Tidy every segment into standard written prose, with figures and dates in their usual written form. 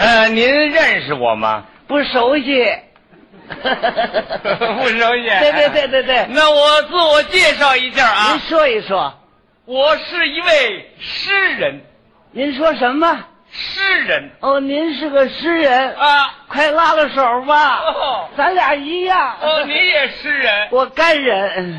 您认识我吗？ 不熟悉。 不熟悉。 对。 那我自我介绍一下啊。 您说一说。 我是一位诗人。 您说什么？ 诗人。 哦，您是个诗人啊。 快拉拉手吧。 哦， 咱俩一样。 哦，你也诗人。 我干人。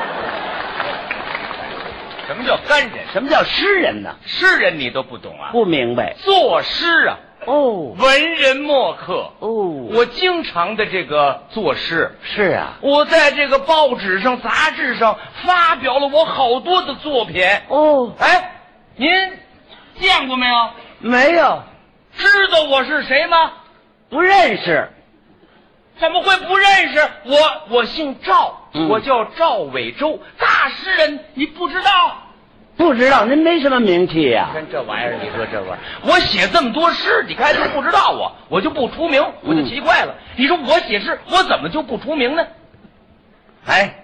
什么叫干人？ 什么叫诗人呢？ 诗人你都不懂啊？ 不明白。 作诗啊。 哦， 文人墨客。 哦， 我经常的这个作诗。 是啊， 我在这个报纸上杂志上发表了我好多的作品。 哦， 哎，您见过没有？ 没有。 知道我是谁吗？ 不认识。 怎么会不认识？我姓赵，我叫赵伟洲，大诗人，你不知道？ 不知道，您没什么名气呀。 跟这玩意儿，你说这玩意儿，我写这么多诗，你看都不知道我就不出名，我就奇怪了。你说我写诗，我怎么就不出名呢？ 哎，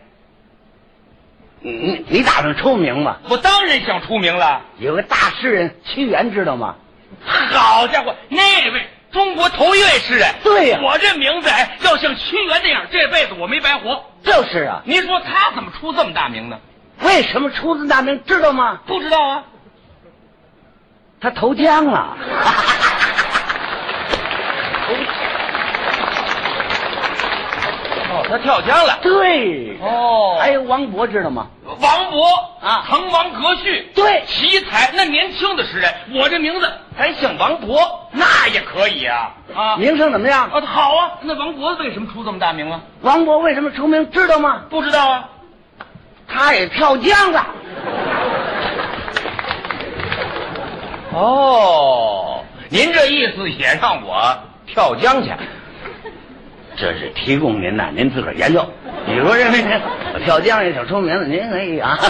你打算出名吗？ 我当然想出名了。 有个大诗人屈原，知道吗？ 好家伙，那位中国头一位诗人。 对呀， 我这名字要像屈原那样，这辈子我没白活。 就是啊。 您说他怎么出这么大名呢？ 为什么出自大名知道吗？ 不知道啊。 他投江了。 哦，他跳江了。 对。 哦。 还有王勃知道吗？ 王勃啊， 滕王阁序。 对。 奇才，那年轻的诗人，我这名字还像王勃，那也可以啊。啊， 名声怎么样？ 好啊。那王勃为什么出这么大名啊？ 王勃为什么出名知道吗？ 不知道啊。 他也跳江了。 哦，您这意思也让我跳江去？ 这是提供您呐，您自个儿研究。你说认为我跳江也挺出名的，您可以啊。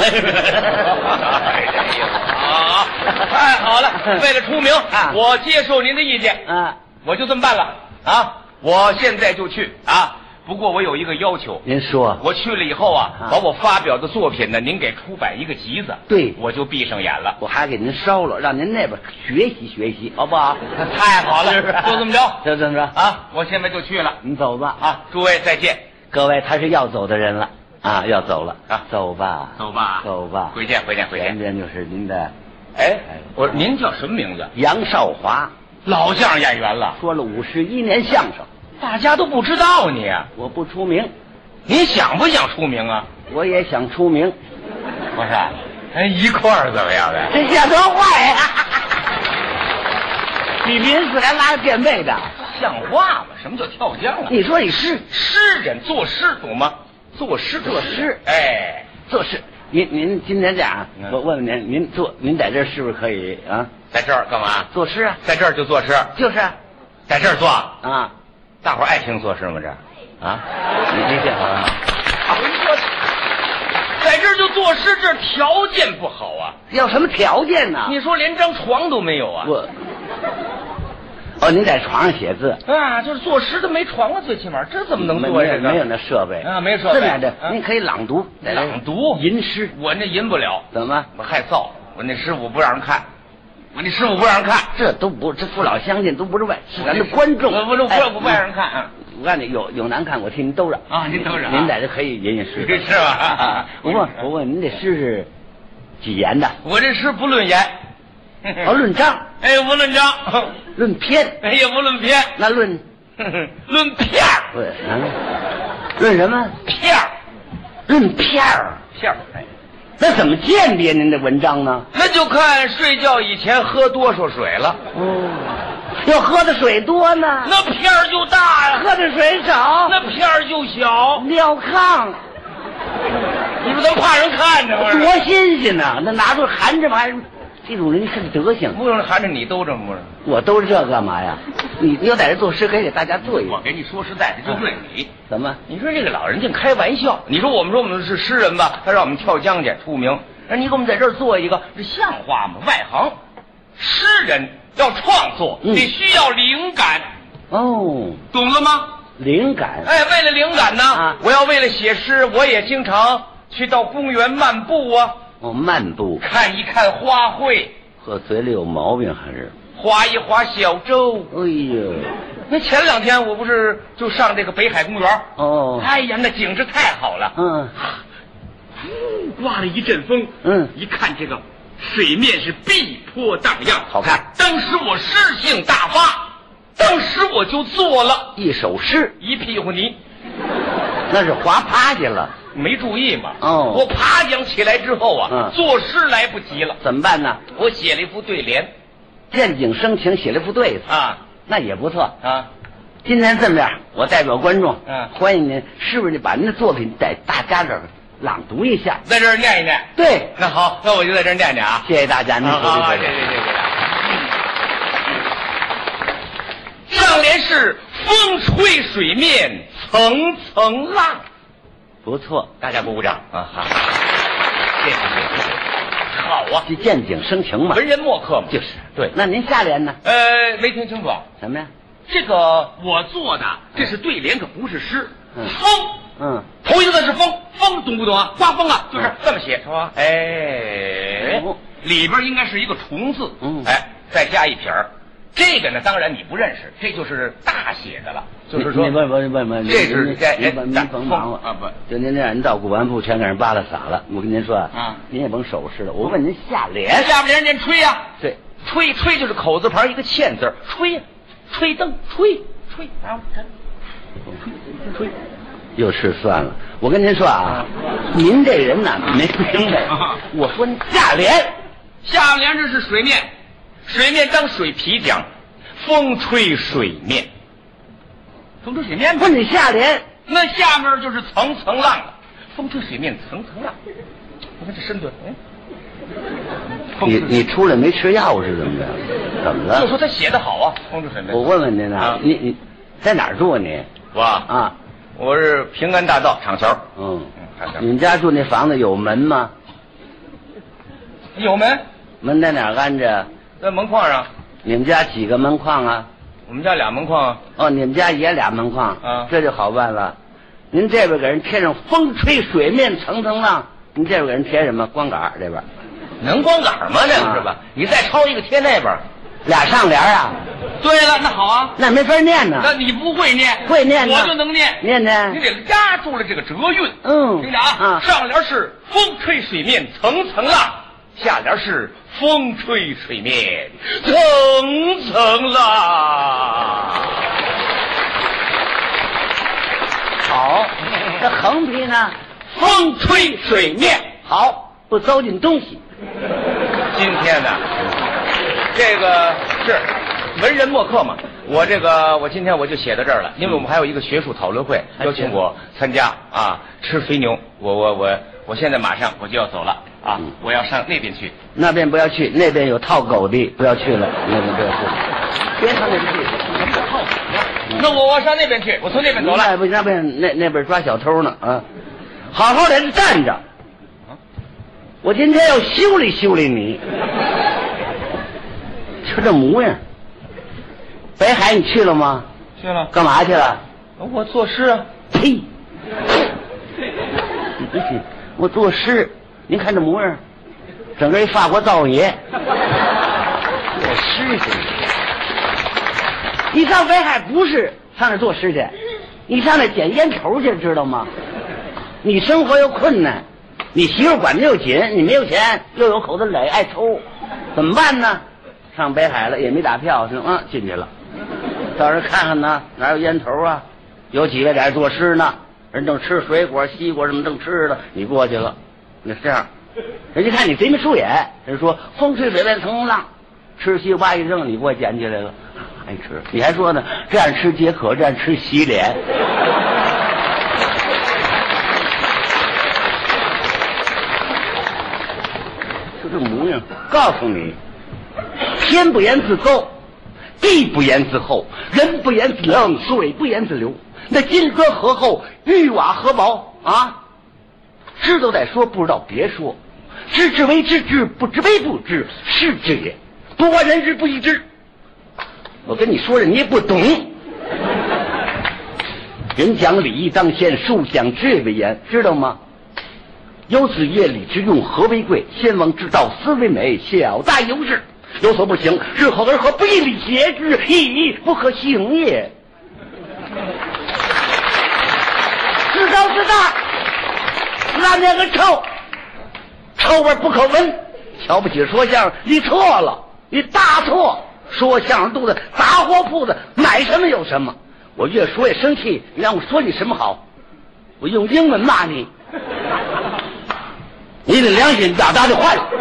啊，太好了！为了出名，我接受您的意见。我就这么办了啊！我现在就去啊！不过我有一个要求。 您说。我去了以后把我发表的作品呢，您给出版一个集子。 对， 我就闭上眼了。 我还给您烧了，让您那边学习学习，好不好？ 太好了，就这么着， 就这么着啊！我现在就去了。 你走吧啊！诸位再见。 各位，他是要走的人了啊，要走了啊！走吧， 走吧， 走吧。 回见，回见，回见。 前边就是您的。 哎，我说您叫什么名字？ 杨少华， 老相声演员了， 说了51年相声。 大家都不知道你啊！ 我不出名， 你想不想出名啊？ 我也想出名， 不是？哎，一块儿怎么样的？ 这像多坏呀！比临死还拉个垫背的， 像话吗？什么叫跳江啊？ 你说你诗人作诗懂吗？作诗，哎， 作诗。您今天这样，我问问您，您在这儿是不是可以啊？ 在这儿干嘛？ 作诗啊， 在这儿就作诗， 就是在这儿做啊。 大伙儿爱听作诗吗？这啊， 你这好啊！ 我跟你说，在这儿就作诗，这条件不好啊。 要什么条件呢？ 你说连张床都没有啊？ 您在床上写字啊？就是作诗都没床啊，最起码这怎么能做这个？ 没有那设备啊，没设备。 您可以朗读，吟诗。 我那吟不了， 怎么？ 我害臊，我那师傅不让人看。 这都不，这父老乡亲都不是是咱的观众。 不外人看啊！ 我告诉你，有难看，我替您兜着啊！您兜着， 您在这可以吟吟诗， 是吧？ 我问您，这诗是几言的？ 我这诗不论言， 论章。 哎，不论章， 论篇。 哎呀，不论篇， 那论片儿。 论什么？ 片儿， 论片儿。 哎。 那怎么鉴别您的文章呢？ 那就看睡觉以前喝多少水了。 要喝的水多呢， 那片儿就大呀； 喝的水少， 那片儿就小。 尿炕， 你说咱怕人看着吗？ 多新鲜呐！那拿出含着玩意儿，这种人是个德行。 不用含着你兜着不是？ 我兜着这干嘛呀？你要在这做诗，可以给大家做一个。 我跟你说实在的，就对你。 怎么？ 你说这个老人净开玩笑。你说我们是诗人吧？他让我们跳江去出名。那你给我们在这儿做一个，这像话吗？外行，诗人要创作，得需要灵感。懂了吗？ 灵感。 哎，为了灵感呢，我要为了写诗，我也经常去到公园漫步啊。 漫步， 看一看花卉。 和嘴里有毛病还是？ 划一划小舟。 哎呦， 那前2天我不是就上这个北海公园？ 哦， 哎呀，那景致太好了。刮了一阵风。一看这个水面是碧波荡漾， 好看。 当时我诗兴大发，当时我就做了一首诗， 一屁股泥。 那是滑趴下了， 没注意嘛。 哦， 我爬将起来之后啊，作诗来不及了， 怎么办呢？ 我写了一副对联， 见景生情，写了副对子啊， 那也不错啊。 今天这么样，我代表观众，欢迎您，是不是把您的作品在大家这儿朗读一下， 在这儿念一念？ 对， 那好，那我就在这儿念念啊。 谢谢大家，您好，谢谢。上联是风吹水面层层浪， 不错， 大家鼓鼓掌啊！好，谢谢。好啊， 这见景生情嘛， 文人墨客嘛， 就是对。 那您下联呢？ 没听清楚。 什么呀？ 这个我做的这是对联，可不是诗。风，头一个字是风，风懂不懂啊？刮风啊，就是这么写，是吧？哎，里边应该是一个虫字，再加一撇儿。这个呢，当然你不认识，这就是大写的了。就是说， 不， 这是您甭忙了啊！不， 就您这样，您到古玩部全给人扒拉洒了。我跟您说啊，您也甭手势了。我问您下联， 下联念吹呀？ 对， 吹就是口字旁一个欠字，吹呀，吹灯，吹，然后吹。 又是算了，我跟您说啊，您这人呐没明白。我说下联这是水面。水面当水皮讲，风吹水面，风吹水面不，你下联那下面就是层层浪了。风吹水面层层浪，我看这身段， 你出来没吃药是怎么着？怎么了？ 就说他写的好啊，风吹水面。 我问问您啊，你在哪儿住啊你？ 我是平安大道厂桥。 你们家住那房子有门吗？ 有门。 门在哪儿安着？ 在门框上。 你们家几个门框啊？ 我们家俩门框。 你们家也俩门框这就好办了。您这边给人贴上风吹水面层层浪，您这边给人贴什么光杆？这边能光杆吗？这个是吧？你再抄一个贴那边， 俩上联啊。 对了，那好啊， 那没法念呢。 那你不会念？ 会念， 我就能念。 念， 你得压住了这个折韵。听着啊，上联是风吹水面层层浪，下联是风吹水面层层浪。 好，这横批呢？ 风吹水面。 好，不糟践东西。 今天呢，这个是文人墨客嘛，我今天我就写到这儿了，因为我们还有一个学术讨论会，邀请我参加啊，吃肥牛。我现在马上我就要走了啊，我要上那边去。 那边不要去，那边有套狗的，不要去了，那边不要去，别上那边去。 那我上那边去，我从那边走了。 那边抓小偷呢啊！好好在这站着，我今天要修理修理你。就这模样。北海你去了吗？ 去了。 干嘛去了？ 我作诗啊。 呸！你不信？我作诗，您看这模样，整个一法国造爷。作诗去。你上北海不是上那作诗去，你上那捡烟头去，知道吗？你生活又困难，你媳妇管得又紧，你没有钱，又有口子垒，爱抽，怎么办呢？上北海了也没打票，进去了。到时看看呢，哪有烟头啊？有几个在作诗呢，人正吃水果、西瓜什么正吃的，你过去了，那是这样。人家看你贼眉鼠眼，人说风吹水面层层浪，吃西瓜一扔，你给我捡起来了，爱吃。你还说呢，这样吃解渴，这样吃洗脸。就这模样，告诉你，天不言自高，地不言自厚，人不言自冷，水不言自流。那金戈何厚，玉瓦何薄啊！知道再说，不知道别说。知之为知之，不知为不知，是知也。不过人之不亦知。我跟你说了，你也不懂。人讲礼义当先，树讲智为严，知道吗？有子曰：“礼之用，和为贵。先王之道，斯为美。小大有事， 有所不行，日后而何不义理节之，亦不可行也。自高自大，那两个臭味不可闻。瞧不起说相声，你错了，你大错。说相声肚子杂货铺子，买什么有什么。我越说越生气，你让我说你什么好？我用英文骂你，你的良心大大的坏了。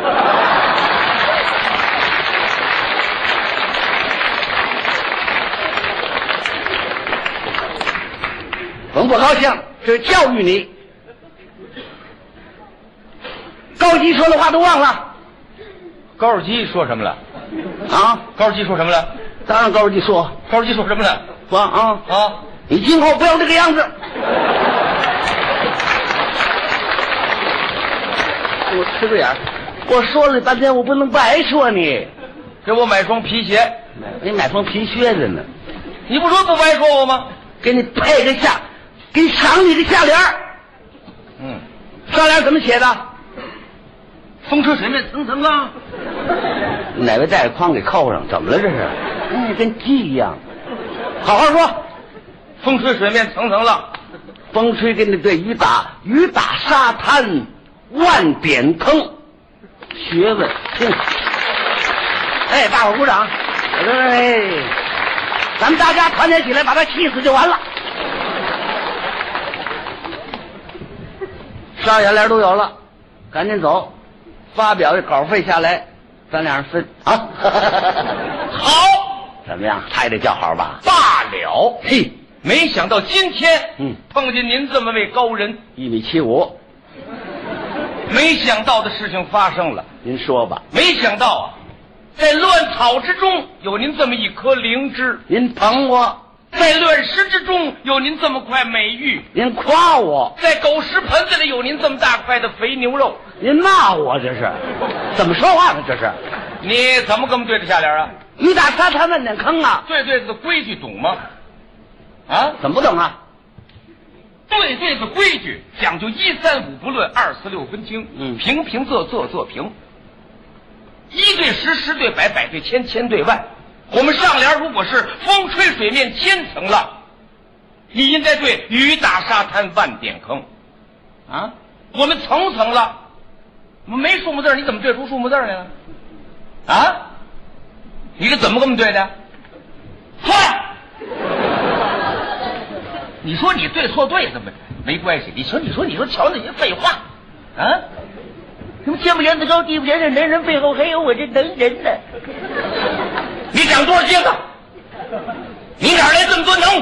甭不高兴，这是教育你。高基说的话都忘了。 高尔基说什么了？ 啊？ 高尔基说什么了？ 当然高尔基说。 高尔基说什么了？ 说啊， 啊， 你今后不要这个样子。我吃着眼，我说了半天，我不能白说你。 给我买双皮鞋。 你买双皮靴子呢？ 你不说不白说我吗？ 给你配个下，给你赏你的下联。上联怎么写的？ 风吹水面层层浪。 哪位带着筐给扣上？怎么了这是？跟鸡一样。好好说。 风吹水面层层浪。 风吹给你对雨打沙滩万点坑。学问听。哎，大伙鼓掌。哎，咱们大家团结起来，把他气死就完了。上下联都有了，赶紧走，发表的稿费下来，咱俩人分啊。 好， 怎么样？还得叫好吧？ 罢了。 嘿， 没想到今天碰见您这么位高人 ，1.75米。 没想到的事情发生了。 您说吧。 没想到啊，在乱草之中有您这么一颗灵芝。 您捧我。 在乱石之中有您这么块美玉。 您夸我。 在狗食盆子里有您这么大块的肥牛肉。 您骂我这是？怎么说话呢这是？ 你怎么跟我们对着下联啊？ 雨打沙滩万点坑啊！ 对对子规矩懂吗？啊？ 怎么不懂啊？ 对对子规矩讲究1、3、5不论，2、4、6分清。平平仄仄仄平。1对10，10对100，100对千，千对万。我们上联如果是风吹水面千层浪，你应该对雨打沙滩万点坑。啊？我们层层了，我们没数目字，你怎么对出数目字来了？啊？你这怎么这么对的？错！你说你对错对子没关系，你说瞧那些废话，啊？什么天不言自高，地不言人，人人背后还有我这能人呢？你长多少秸秆？你哪来这么多能？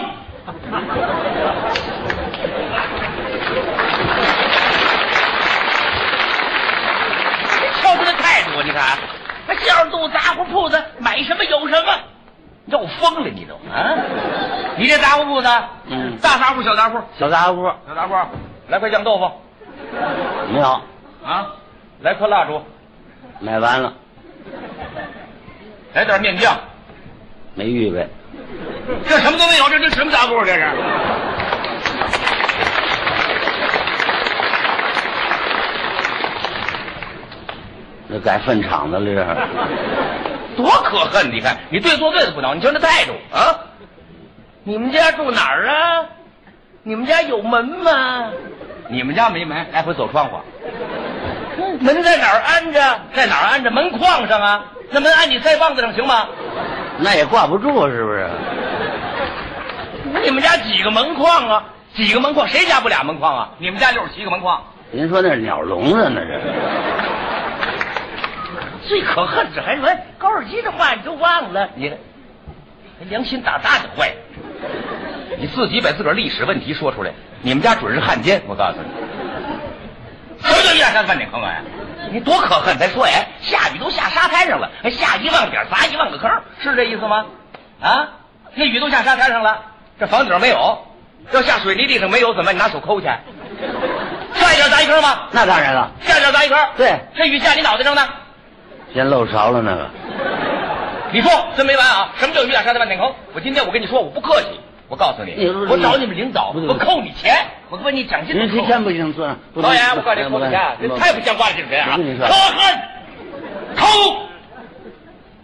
瞧他的态度，你看，那相声肚杂货铺子买什么有什么，你让我疯了你都啊！你这杂货铺子，大杂货小杂货？ 小杂货。 小杂货，来块酱豆腐。 没有啊？来颗蜡烛。 买完了。 来点面酱。 没预备。 这什么都没有，这什么杂货这是？ 这改粪场子了，这是多可恨！你看，你对错对子不恼，你瞧那态度啊！你们家住哪儿啊？你们家有门吗？你们家没门，来回走窗户。门在哪儿安着？在哪儿安着？门框上啊。那门安你腮帮子上行吗？ 那也挂不住，是不是？ 你们家几个门框啊？几个门框？谁家不俩门框啊？你们家67个门框。 您说那是鸟笼子那是？ 最可恨这还说高尔基的话你都忘了，你良心大大的坏。你自己把自个儿历史问题说出来，你们家准是汉奸，我告诉你。什么叫1、2、3、万点坑哎？你多可恨！再说哎，下雨都下沙滩上了，还下1万个点，砸1万个坑，是这意思吗？啊，那雨都下沙滩上了，这房顶没有，要下水泥地上没有，怎么你拿手抠去？下一点砸一坑吗？ 那当然了。 下一点砸一坑。 对， 这雨下你脑袋上呢。 先漏勺了那个。 你说真没完啊！什么叫雨打沙滩万点坑？我今天我跟你说，我不客气。我告诉你，我找你们领导，我扣你钱，我问你奖金。 您提钱不行，算导演，我告诉你扣你钱，这太不像话了，这是谁啊？可恨，扣！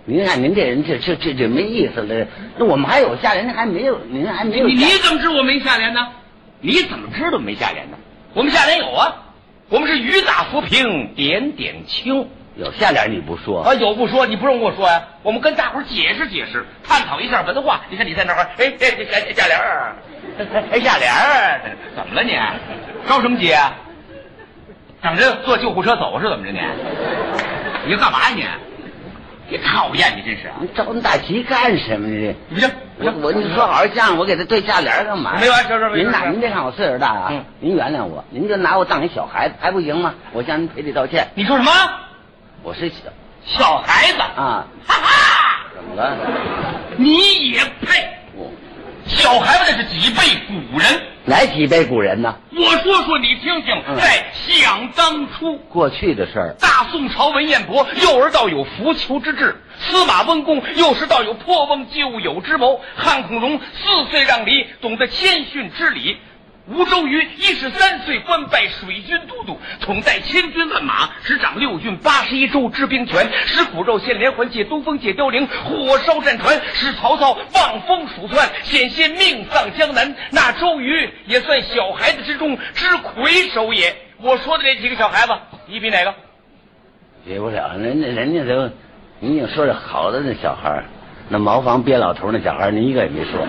您看您这人这没意思了。那我们还有下联，您还没有。 你怎么知我没下联呢？你怎么知道没下联呢？我们下联有啊，我们是雨打浮萍点点青。 有下联你不说啊？有不说，你不用跟我说呀。我们跟大伙儿解释解释，探讨一下文化。你看你在那儿，下联儿，下联儿，怎么了你？着什么急啊？等着坐救护车走是怎么着你？你干嘛呀你？你讨厌你真是！ 你着那么大急干什么呢？ 不行， 你说好相声，我给他对下联干嘛？ 没完，这您别看我岁数大啊，您原谅我，您就拿我当一小孩子还不行吗？我向您赔礼道歉。 你说什么？ 我是小孩子啊！ 哈哈！ 怎么了？ 你也配？小孩子那是几辈古人？ 哪几辈古人呢？ 我说你听听，在想当初， 过去的事儿。 大宋朝文彦博，幼儿道有扶裘之志；司马温公，幼时道有破瓮救友之谋；汉孔融4岁让梨，懂得谦逊之礼。吴周瑜13岁官拜水军都督，统带千军万马，执掌6郡81州之兵权，使苦肉献连环，借东风借凋零，火烧战船，使曹操望风鼠窜，险些命丧江南。那周瑜也算小孩子之中之魁首也。我说的这几个小孩子，你比哪个？ 比不了，人家都，您就说这好的那小孩，那茅房憋老头那小孩，您一个也没说。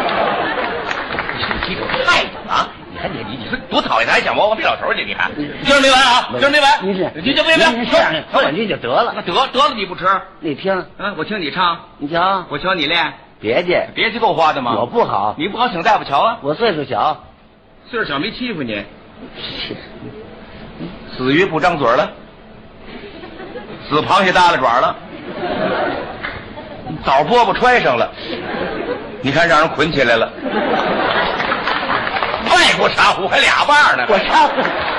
你这太子啊！你看你说多讨厌，他还讲茅房憋老头去，你看，今儿没完啊！今儿没完，你就别说两句就得了。 那得了，你不吃？ 你听， 我听你唱， 你瞧， 我瞧你练， 别介够花的吗？ 我不好， 你不好，请大夫瞧啊。 我岁数小， 岁数小没欺负你，死鱼不张嘴了，死螃蟹耷拉爪了，枣饽饽揣上了，你看让人捆起来了。外国茶壶还俩把呢， 我茶壶。